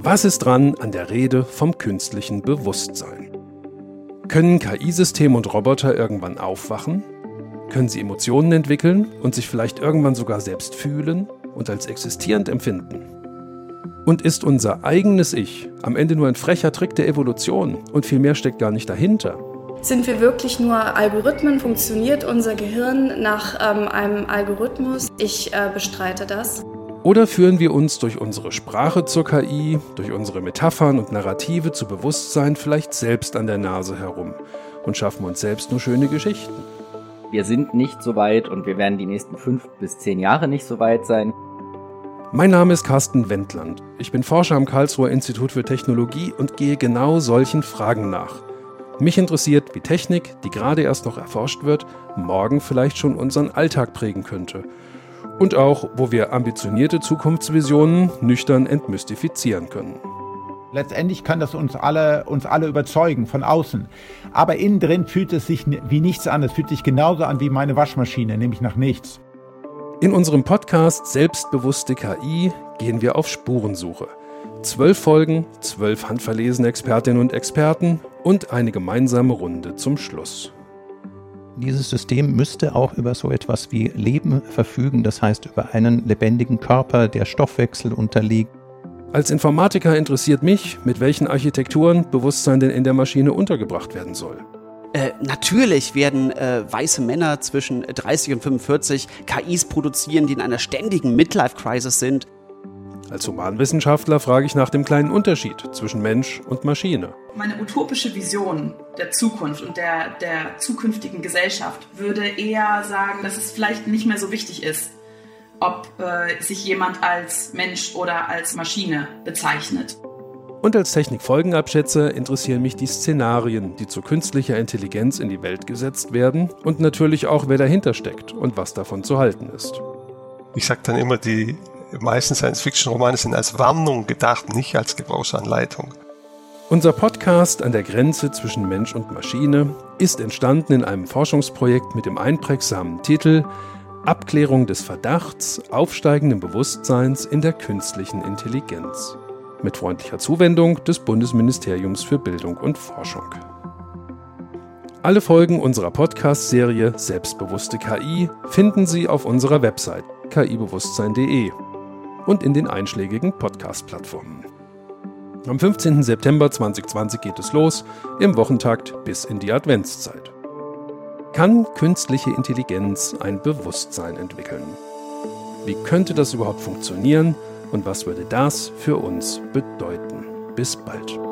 Was ist dran an der Rede vom künstlichen Bewusstsein? Können KI-Systeme und Roboter irgendwann aufwachen? Können sie Emotionen entwickeln und sich vielleicht irgendwann sogar selbst fühlen und als existierend empfinden? Und ist unser eigenes Ich am Ende nur ein frecher Trick der Evolution und viel mehr steckt gar nicht dahinter? Sind wir wirklich nur Algorithmen? Funktioniert unser Gehirn nach einem Algorithmus? Ich bestreite das. Oder führen wir uns durch unsere Sprache zur KI, durch unsere Metaphern und Narrative zu Bewusstsein vielleicht selbst an der Nase herum und schaffen uns selbst nur schöne Geschichten? Wir sind nicht so weit und wir werden die nächsten 5 bis 10 Jahre nicht so weit sein. Mein Name ist Carsten Wendland. Ich bin Forscher am Karlsruher Institut für Technologie und gehe genau solchen Fragen nach. Mich interessiert, wie Technik, die gerade erst noch erforscht wird, morgen vielleicht schon unseren Alltag prägen könnte. Und auch, wo wir ambitionierte Zukunftsvisionen nüchtern entmystifizieren können. Letztendlich kann das uns alle überzeugen von außen. Aber innen drin fühlt es sich wie nichts an. Es fühlt sich genauso an wie meine Waschmaschine, nämlich nach nichts. In unserem Podcast Selbstbewusste KI gehen wir auf Spurensuche. 12 Folgen, 12 handverlesene Expertinnen und Experten und eine gemeinsame Runde zum Schluss. Dieses System müsste auch über so etwas wie Leben verfügen, das heißt über einen lebendigen Körper, der Stoffwechsel unterliegt. Als Informatiker interessiert mich, mit welchen Architekturen Bewusstsein denn in der Maschine untergebracht werden soll. Natürlich werden weiße Männer zwischen 30 und 45 KIs produzieren, die in einer ständigen Midlife-Crisis sind. Als Humanwissenschaftler frage ich nach dem kleinen Unterschied zwischen Mensch und Maschine. Meine utopische Vision der Zukunft und der zukünftigen Gesellschaft würde eher sagen, dass es vielleicht nicht mehr so wichtig ist, ob sich jemand als Mensch oder als Maschine bezeichnet. Und als Technikfolgenabschätzer interessieren mich die Szenarien, die zu künstlicher Intelligenz in die Welt gesetzt werden und natürlich auch, wer dahinter steckt und was davon zu halten ist. Ich sage dann immer, die meisten Science-Fiction-Romane sind als Warnung gedacht, nicht als Gebrauchsanleitung. Unser Podcast an der Grenze zwischen Mensch und Maschine ist entstanden in einem Forschungsprojekt mit dem einprägsamen Titel Abklärung des Verdachts aufsteigenden Bewusstseins in der künstlichen Intelligenz. Mit freundlicher Zuwendung des Bundesministeriums für Bildung und Forschung. Alle Folgen unserer Podcast-Serie Selbstbewusste KI finden Sie auf unserer Website kibewusstsein.de und in den einschlägigen Podcast-Plattformen. Am 15. September 2020 geht es los, im Wochentakt bis in die Adventszeit. Kann künstliche Intelligenz ein Bewusstsein entwickeln? Wie könnte das überhaupt funktionieren? Und was würde das für uns bedeuten? Bis bald.